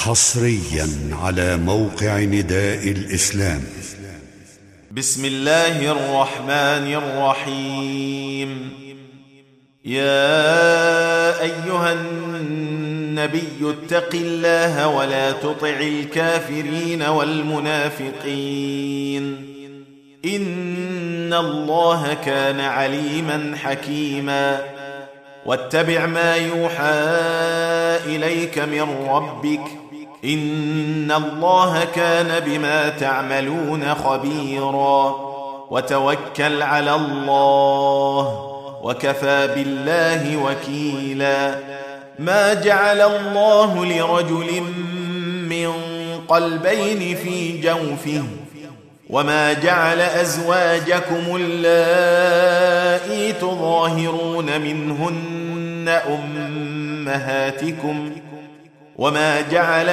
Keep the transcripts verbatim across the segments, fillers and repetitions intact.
حصريا على موقع نداء الإسلام. بسم الله الرحمن الرحيم. يا أيها النبي اتق الله ولا تطع الكافرين والمنافقين إن الله كان عليما حكيما. واتبع ما يوحى إليك من ربك إن الله كان بما تعملون خبيرا. وتوكل على الله وكفى بالله وكيلا. ما جعل الله لرجل من قلبين في جوفه وما جعل أزواجكم اللائي تظاهرون منهن أمهاتكم وما جعل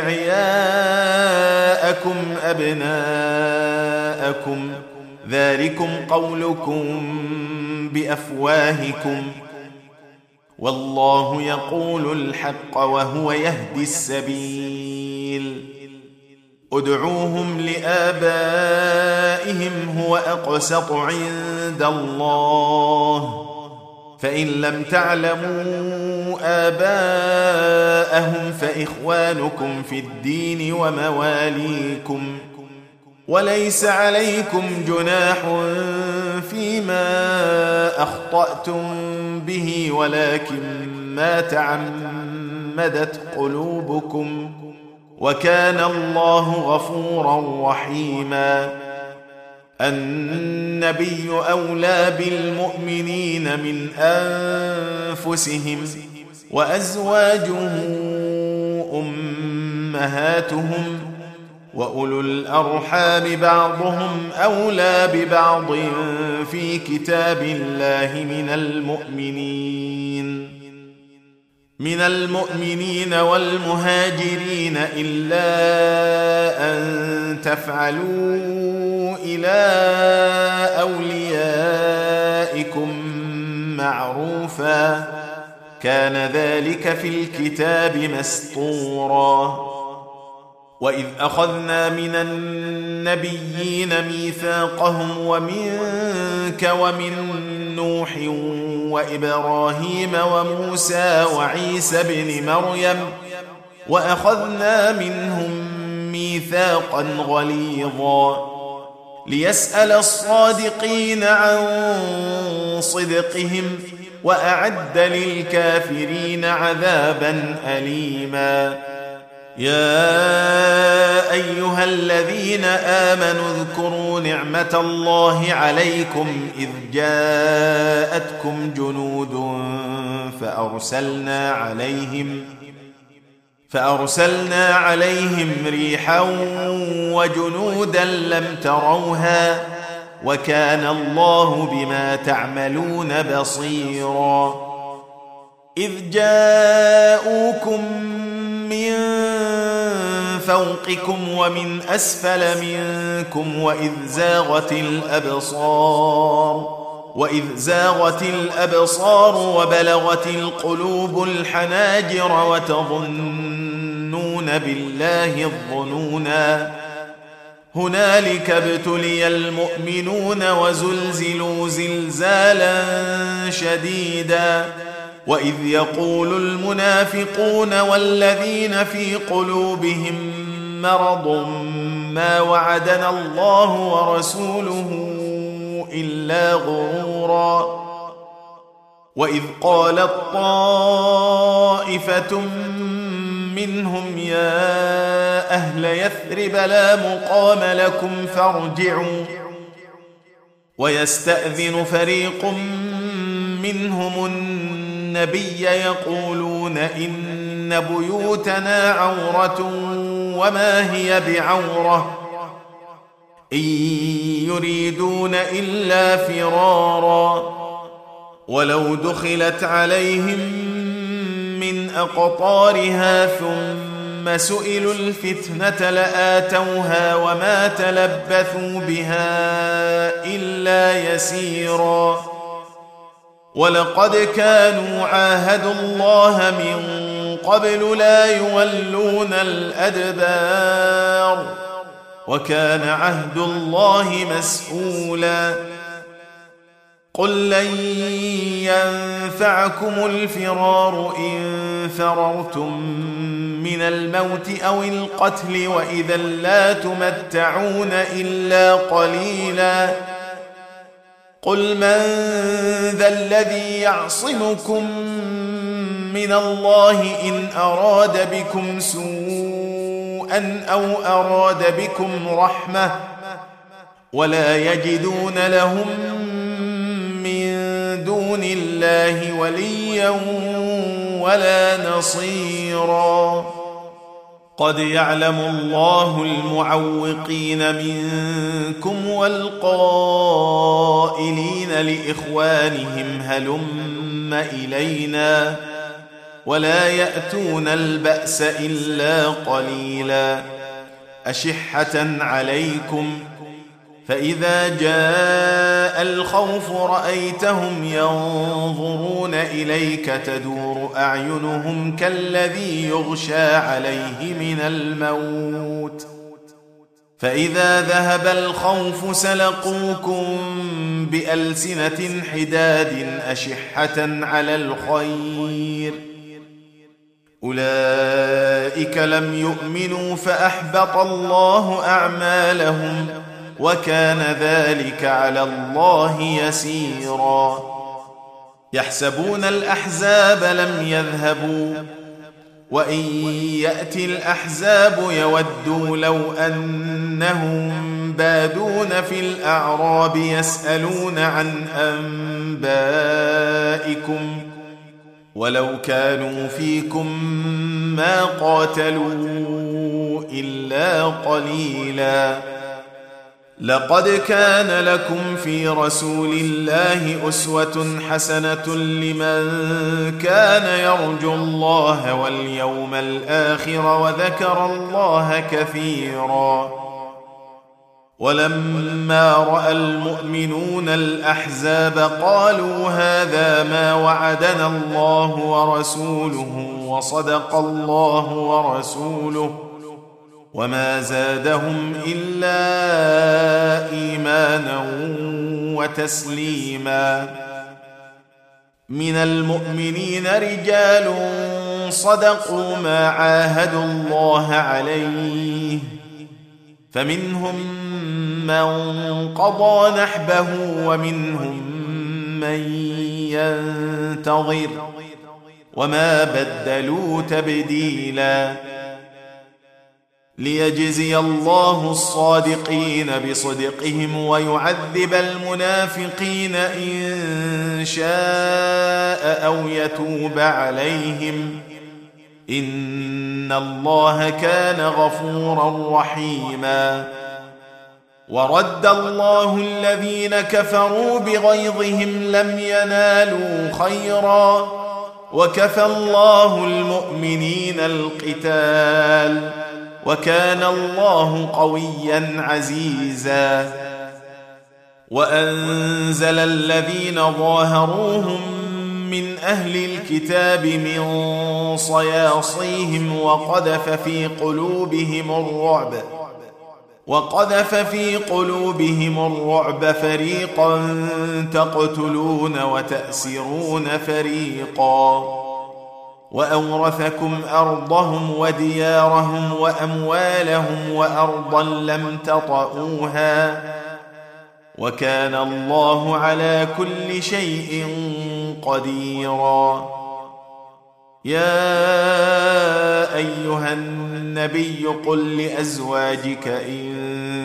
أدعياءكم أبناءكم ذلكم قولكم بأفواهكم والله يقول الحق وهو يهدي السبيل. ادعوهم لآبائهم هو أقسط عند الله فإن لم تعلموا آباءهم فإخوانكم في الدين ومواليكم وليس عليكم جناح فيما أخطأتم به ولكن ما تعمدت قلوبكم وكان الله غفورا رحيما. النبي أولى بالمؤمنين من أنفسهم وأزواجه أمهاتهم وأولو الأرحام بعضهم أولى ببعض في كتاب الله من المؤمنين من المؤمنين والمهاجرين إلا أن تفعلوا إلى أوليائكم معروفا كان ذلك في الكتاب مسطورا. وإذ أخذنا من النبيين ميثاقهم ومنك ومن نوح وإبراهيم وموسى وعيسى بن مريم وأخذنا منهم ميثاقا غليظا ليسأل الصادقين عن صدقهم وأعد للكافرين عذابا أليما. يا أيها الذين آمنوا اذكروا نعمة الله عليكم إذ جاءتكم جنود فأرسلنا عليهم فأرسلنا عليهم ريحا وجنودا لم تروها وكان الله بما تعملون بصيرا. إذ جاءوكم من فوقكم ومن أسفل منكم وإذ زاغت الأبصار وإذ زاغت الأبصار وبلغت القلوب الحناجر وتظنون بالله الظنونا هنالك ابتلي المؤمنون وزلزلوا زلزالا شديدا. وإذ يقول المنافقون والذين في قلوبهم مرض ما وعدنا الله ورسوله إلا غرورا. وإذ قالت طائفة منهم يا أهل يثرب لا مقام لكم فارجعوا ويستأذن فريق منهم النبي يقولون إن بيوتنا عورة وما هي بعورة إن يريدون إلا فرارا. ولو دخلت عليهم من أقطارها ثم سئلوا الفتنة لآتوها وما تلبثوا بها إلا يسيرا. ولقد كانوا عاهدوا الله من قبل لا يولون الأدبار وكان عهد الله مسؤولا قل لن ينفعكم الفرار إن فررتم من الموت أو القتل وإذا لا تمتعون إلا قليلا قل من ذا الذي يعصمكم من الله إن أراد بكم سوءا أو أراد بكم رحمة ولا يجدون لهم من دون الله وليا ولا نصيرا قد يعلم الله المعوقين منكم والقائلين لإخوانهم هلم إلينا ولا يأتون البأس إلا قليلا أشحة عليكم فإذا جاء الخوف رأيتهم ينظرون إليك تدور أعينهم كالذي يغشى عليه من الموت فإذا ذهب الخوف سلقوكم بألسنة حداد أشحة على الخير أولئك لم يؤمنوا فأحبط الله أعمالهم وكان ذلك على الله يسيرا يحسبون الأحزاب لم يذهبوا وإن يأتي الأحزاب يودوا لو أنهم بادون في الأعراب يسألون عن أنبائكم ولو كانوا فيكم ما قاتلوا إلا قليلا لقد كان لكم في رسول الله أسوة حسنة لمن كان يرجو الله واليوم الآخر وذكر الله كثيرا ولما رأى المؤمنون الأحزاب قالوا هذا ما وعدنا الله ورسوله وصدق الله ورسوله وما زادهم إلا إيمانا وتسليما من المؤمنين رجال صدقوا ما عاهدوا الله عليه فمنهم من قضى نحبه ومنهم من ينتظر وما بدلوا تبديلا ليجزي الله الصادقين بصدقهم ويعذب المنافقين إن شاء أو يتوب عليهم إن الله كان غفورا رحيما ورد الله الذين كفروا بغيظهم لم ينالوا خيرا وكفى الله المؤمنين القتال وكان الله قويا عزيزا وأنزل الذين ظاهروهم من أهل الكتاب من صياصيهم وقذف في قلوبهم الرعب وقذف في قلوبهم الرعب فريقا تقتلون وتأسرون فريقا وأورثكم أرضهم وديارهم وأموالهم وأرضا لم تطئوها وكان الله على كل شيء قديرا يا أيها النبي قل لأزواجك إن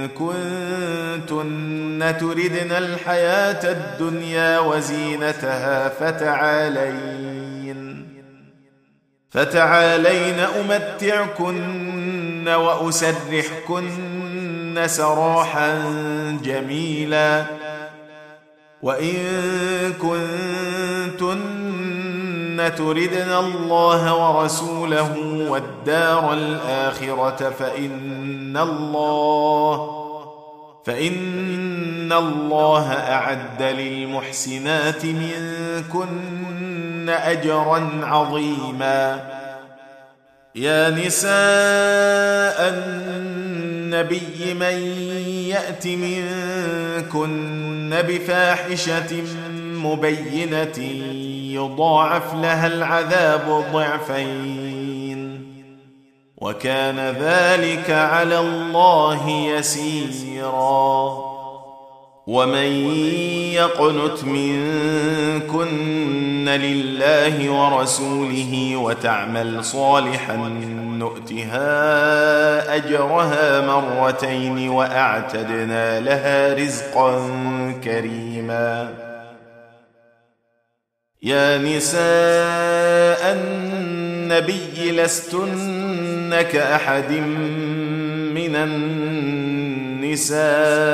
كنتن تردن الحياة الدنيا وزينتها فتعالين فتعالين أمتعكن وأسرحكن سراحا جميلا وإن كنتن تردن الله ورسوله والدار الآخرة فإن الله فإن الله أعد للمحسنات منكن أجرا عظيما يا نساء النبي من يأت منكن بفاحشة مبينة يضاعف لها العذاب ضعفين وكان ذلك على الله يسيرا. ومن يقنت منكن لله ورسوله وتعمل صالحا نؤتها أجرها مرتين وأعتدنا لها رزقا كريما. يا نساء النبي لستن كأحد من النساء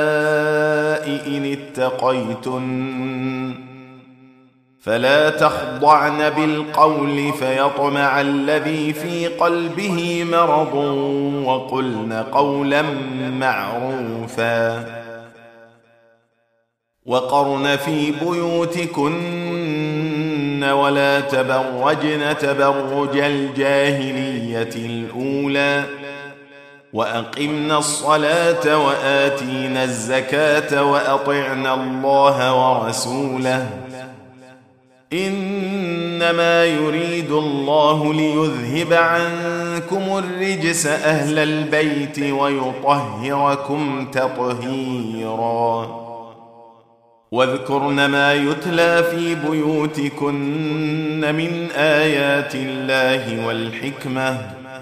إن اتقيتن فلا تخضعن بالقول فيطمع الذي في قلبه مرض وقلن قولا معروفا. وقرن في بيوتكن ولا تبرجن تبرج الجاهلية الأولى وأقمنا الصلاة وآتينا الزكاة وأطعنا الله ورسوله إنما يريد الله ليذهب عنكم الرجس أهل البيت ويطهركم تطهيرا. واذكرن ما يتلى في بيوتكن من آيات الله والحكمة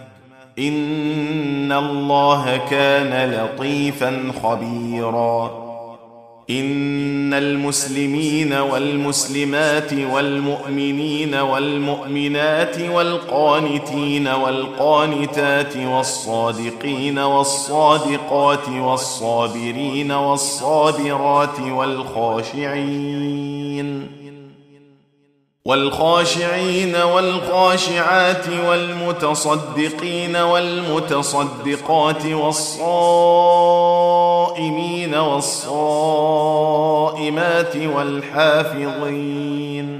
إن الله كان لطيفا خبيرا. إن المسلمين والمسلمات والمؤمنين والمؤمنات والقانتين والقانتات والصادقين والصادقات والصابرين والصابرات والخاشعين والخاشعين والخاشعات والمتصدقين والمتصدقات والصائمين والصائمات والحافظين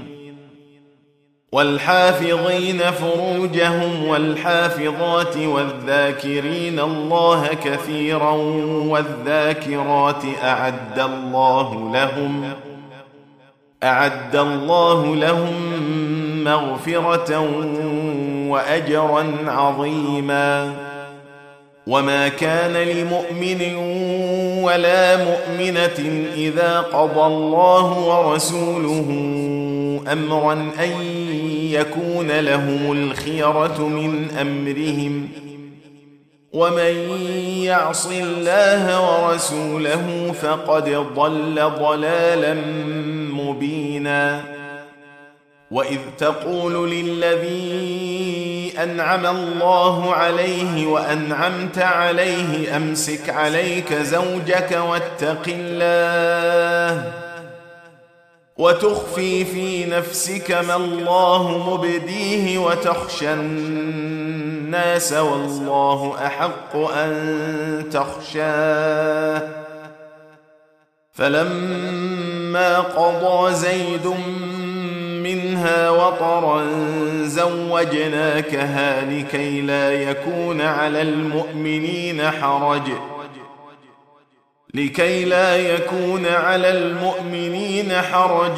والحافظين فروجهم والحافظات والذاكرين الله كثيرا والذاكرات أعد الله لهم أعد الله لهم مغفرة وأجرا عظيما. وما كان لمؤمن ولا مؤمنة إذا قضى الله ورسوله أمرا أن يكون لهم الخيرة من أمرهم ومن يعص الله ورسوله فقد ضل ضلالا مبينا. وإذ تقول للذي أنعم الله عليه وأنعمت عليه أمسك عليك زوجك واتق الله وتخفي في نفسك ما الله مبديه وتخشى الناس والله أحق أن تخشاه فلما قضى زيد منها وطرا زوجناكها لكي لا يكون على المؤمنين حرج لكي لا يكون على المؤمنين حرج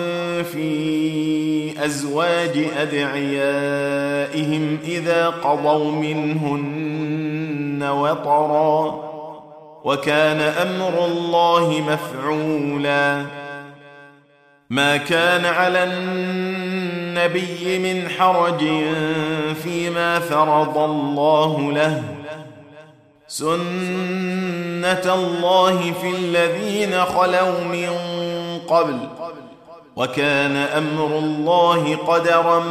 في أزواج أدعيائهم إذا قضوا منهن وطرا وكان أمر الله مفعولا. ما كان على النبي من حرج فيما فرض الله له سنة الله في الذين خلوا من قبل وكان أمر الله قدرا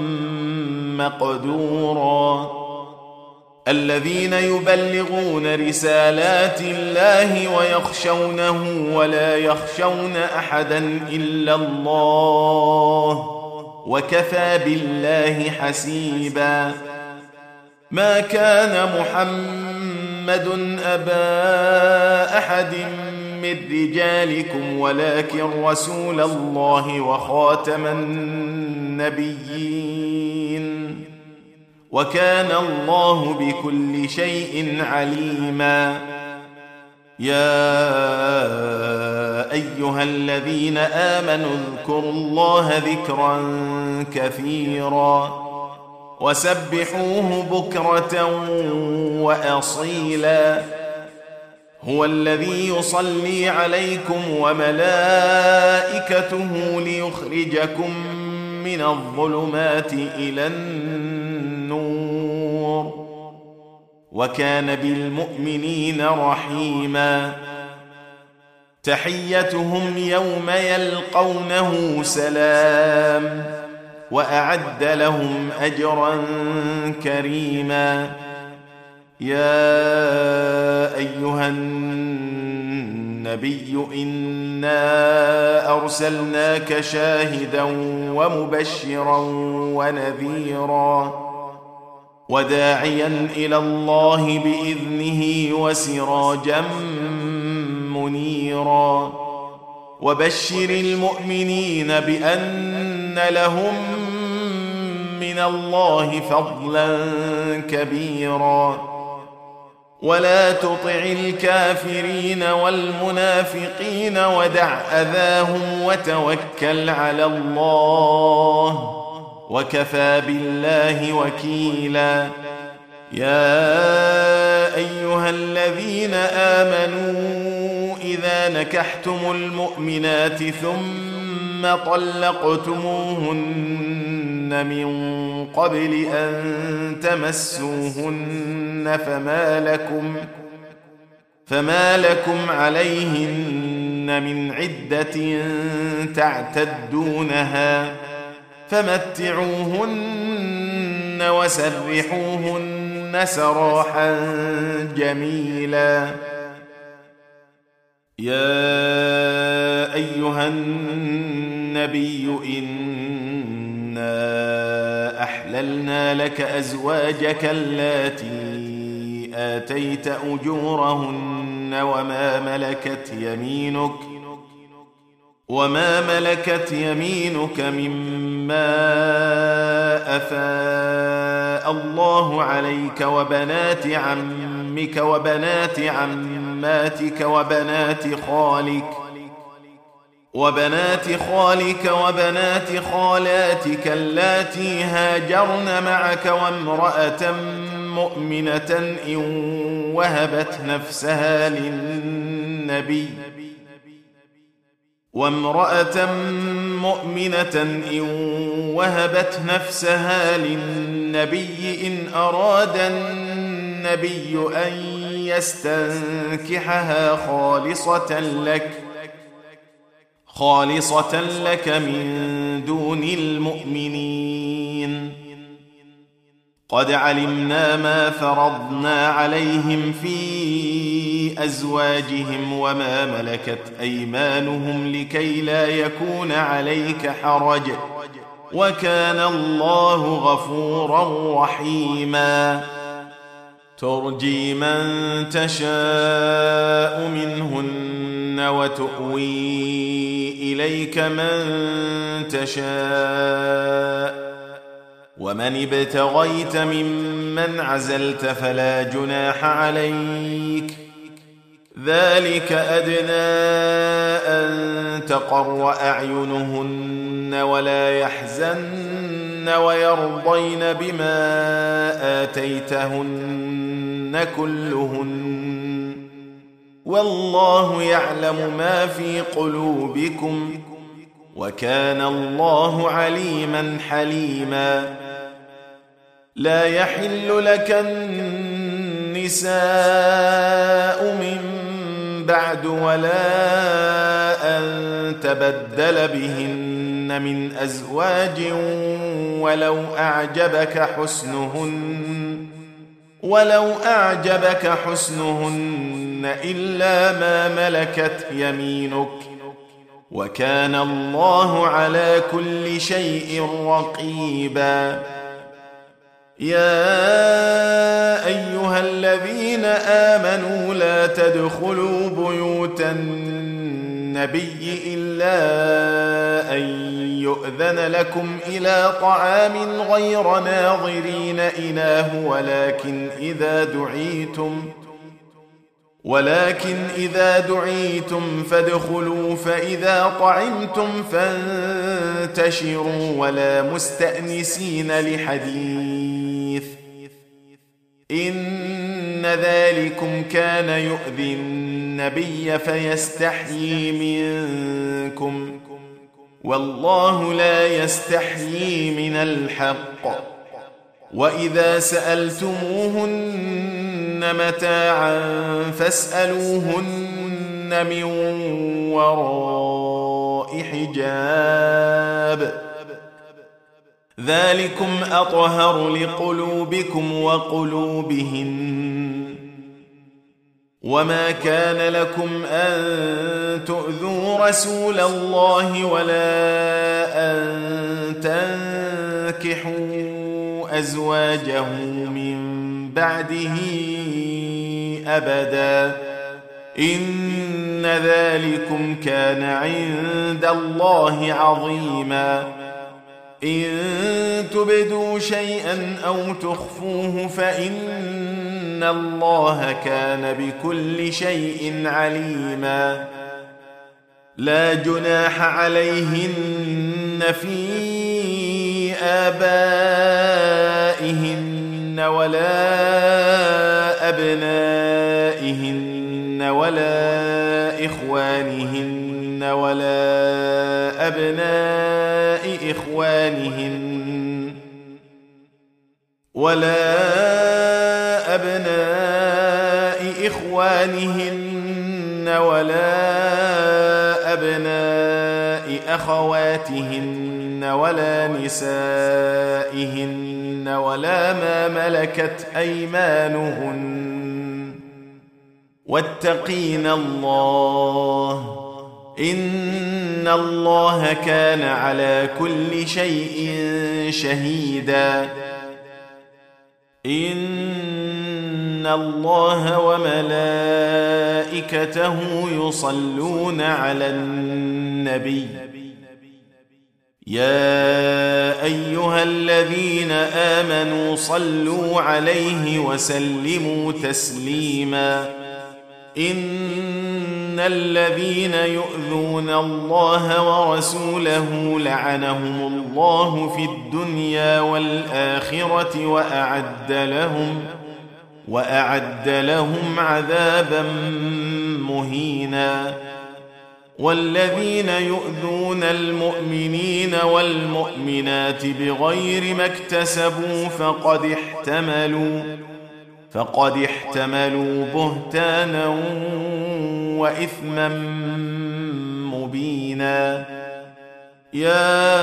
مقدورا. الذين يبلغون رسالات الله ويخشونه ولا يخشون أحدا إلا الله وكفى بالله حسيبا. ما كان محمد أبا أحد من رجالكم ولكن رسول الله وخاتم النبيين وكان الله بكل شيء عليما. يا أيها الذين آمنوا اذكروا الله ذكرا كثيرا وسبحوه بكرة وأصيلا. هو الذي يصلي عليكم وملائكته ليخرجكم من الظلمات إلى النور، وكان بالمؤمنين رحيما. تحيتهم يوم يلقونه سلام، وأعد لهم أجرا كريما. يا أيها النبي إنا أرسلناك شاهدا ومبشرا ونذيرا وداعيا إلى الله بإذنه وسراجا منيرا. وبشر المؤمنين بأن لهم من الله فضلا كبيرا. ولا تطع الكافرين والمنافقين ودع أذاهم وتوكل على الله، وكفى بالله وكيلا. يا أيها الذين آمنوا إذا نكحتم المؤمنات ثم طلقتموهن من قبل أن تمسوهن فما لكم, فما لكم عليهن من عدة تعتدونها فمتعوهن وسرحوهن سراحا جميلا. يا أيها النبي إنا أحللنا لك أزواجك اللاتي آتيت أجورهن وما ملكت يمينك وما ملكت يمينك مما أفاء الله عليك وبنات عمك وبنات عماتك وبنات خالك وبنات خالك وبنات خالاتك اللاتي هاجرن معك وامرأة مؤمنة إن وهبت نفسها للنبي وامرأة مؤمنة إن وهبت نفسها للنبي إن أراد النبي أن يستنكحها خالصة لك خالصة لك من دون المؤمنين. قد علمنا ما فرضنا عليهم في أزواجهم وما ملكت أيمانهم لكي لا يكون عليك حرج وكان الله غفورا رحيما. ترجي من تشاء منهن وتؤوي إليك من تشاء ومن ابتغيت ممن عزلت فلا جناح عليك ذلك أدنى أن تقر أعينهن ولا يحزن ويرضين بما آتيتهن كلهن والله يعلم ما في قلوبكم وكان الله عليما حليما. لا يحل لك النساء من بعد ولا أن تبدل بهن من أزواج ولو أعجبك حسنهن ولو أعجبك حسنهن إلا ما ملكت يمينك وكان الله على كل شيء رقيبا. يا أيها الذين آمنوا لا تدخلوا بيوت النبي إلا أن يؤذن لكم إلى طعام غير ناظرين إناه ولكن إذا دعيتم ولكن إذا دعيتم فادخلوا فإذا طعمتم فانتشروا ولا مستأنسين لحديث إن ذلكم كان يؤذي النبي فيستحيي منكم والله لا يستحيي من الحق وإذا سألتموهن متاعا فاسألوهن من وراء حجاب ذلكم أطهر لقلوبكم وقلوبهن وما كان لكم أن تؤذوا رسول الله ولا أن تنكحوا أزواجه من بعده أبدا إن ذلكم كان عند الله عظيما إن تبدوا شيئا أو تخفوه فإن الله كان بكل شيء عليما لا جناح عليهن في آبائهن ولا أبنائهن ولا إخوانهن ولا أبناء إخوانهن ولا أبناء إخوانهن ولا أبناء أخواتهن ولا نسائهن ولا ما ملكت أيمانهن واتقين الله إن الله كان على كل شيء شهيدا إن الله وملائكته يصلون على النبي يا أيها الذين آمنوا صلوا عليه وسلموا تسليما إن الذين يؤذون الله ورسوله لعنهم الله في الدنيا والآخرة وأعد لهم وأعد لهم عذابا مهينا والذين يؤذون المؤمنين والمؤمنات بغير ما اكتسبوا فقد احتملوا فقد احتملوا بهتانا وإثما مبينا يا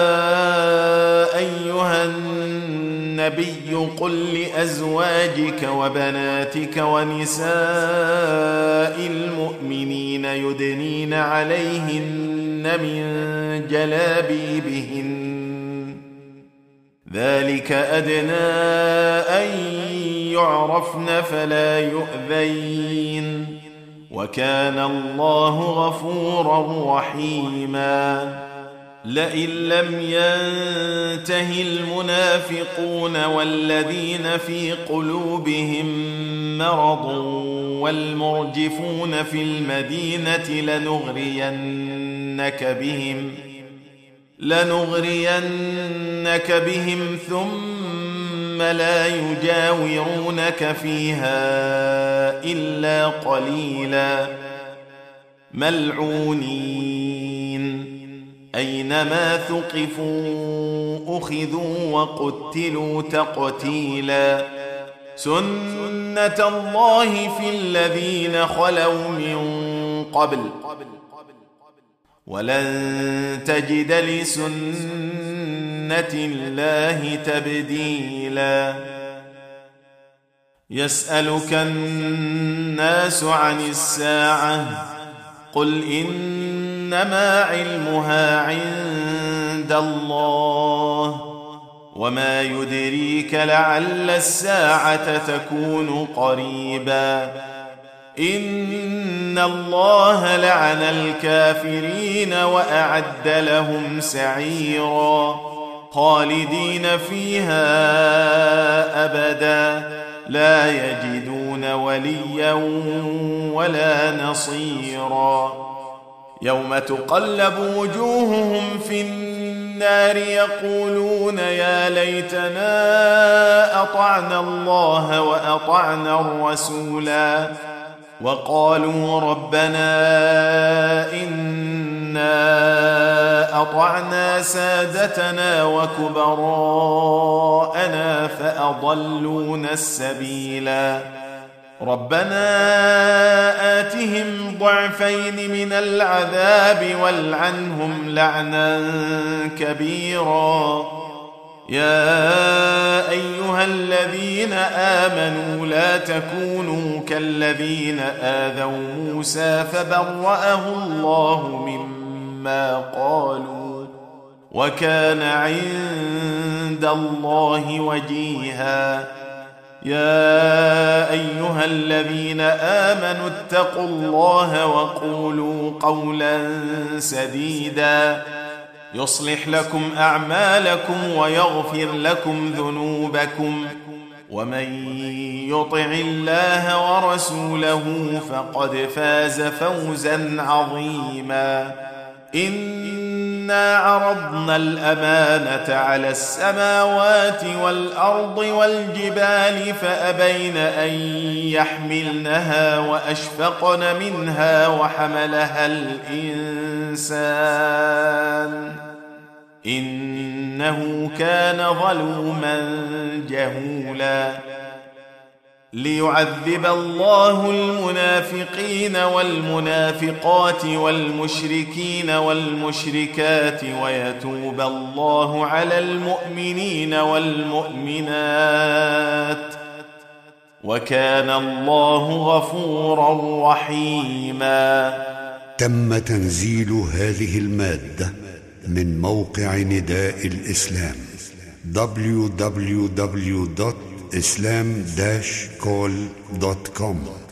أيها النبي قل لأزواجك وبناتك ونساء المؤمنين يدنين عليهن من جلابيبهن ذلك أدنى أن يعرفن فلا يؤذين وكان الله غفورا رحيما لئن لم ينته المنافقون والذين في قلوبهم مرض والمرجفون في المدينة لنغرينك بهم لنغرينك بهم ثم لا يجاورونك فيها إلا قليلا ملعونين أينما ثقفوا أخذوا وقتلوا تقتيلا سنة الله في الذين خلوا من قبل ولن تجد لسنة الله تبديلا يسألك الناس عن الساعة قل إنما علمها عند الله وما يدريك لعل الساعة تكون قريبا إن الله لعن الكافرين وأعد لهم سعيرا خالدين فيها أبدا لا يجدون وليا ولا نصيرا يوم تقلب وجوههم في النار يقولون يا ليتنا أطعنا الله وأطعنا الرسولا وقالوا ربنا إنا أطعنا سادتنا وكبراءنا فأضلونا السبيلا ربنا آتهم ضعفين من العذاب والعنهم لعنا كبيرا يا أيها الذين آمنوا لا تكونوا كالذين آذوا موسى فبرأه الله مما قالوا وكان عند الله وجيها يا أيها الذين آمنوا اتقوا الله وقولوا قولا سديدا يصلح لكم أعمالكم ويغفر لكم ذنوبكم ومن يطع الله ورسوله فقد فاز فوزا عظيما إنا عرضنا الأمانة على السماوات والأرض والجبال فأبين أن يحملنها وأشفقن منها وحملها الإنسان إنه كان ظلوما جهولا ليعذب الله المنافقين والمنافقات والمشركين والمشركات ويتوب الله على المؤمنين والمؤمنات وكان الله غفورا رحيما. تم تنزيل هذه المادة من موقع نداء الإسلام دبليو دبليو دبليو دوت islam dash call دوت كوم.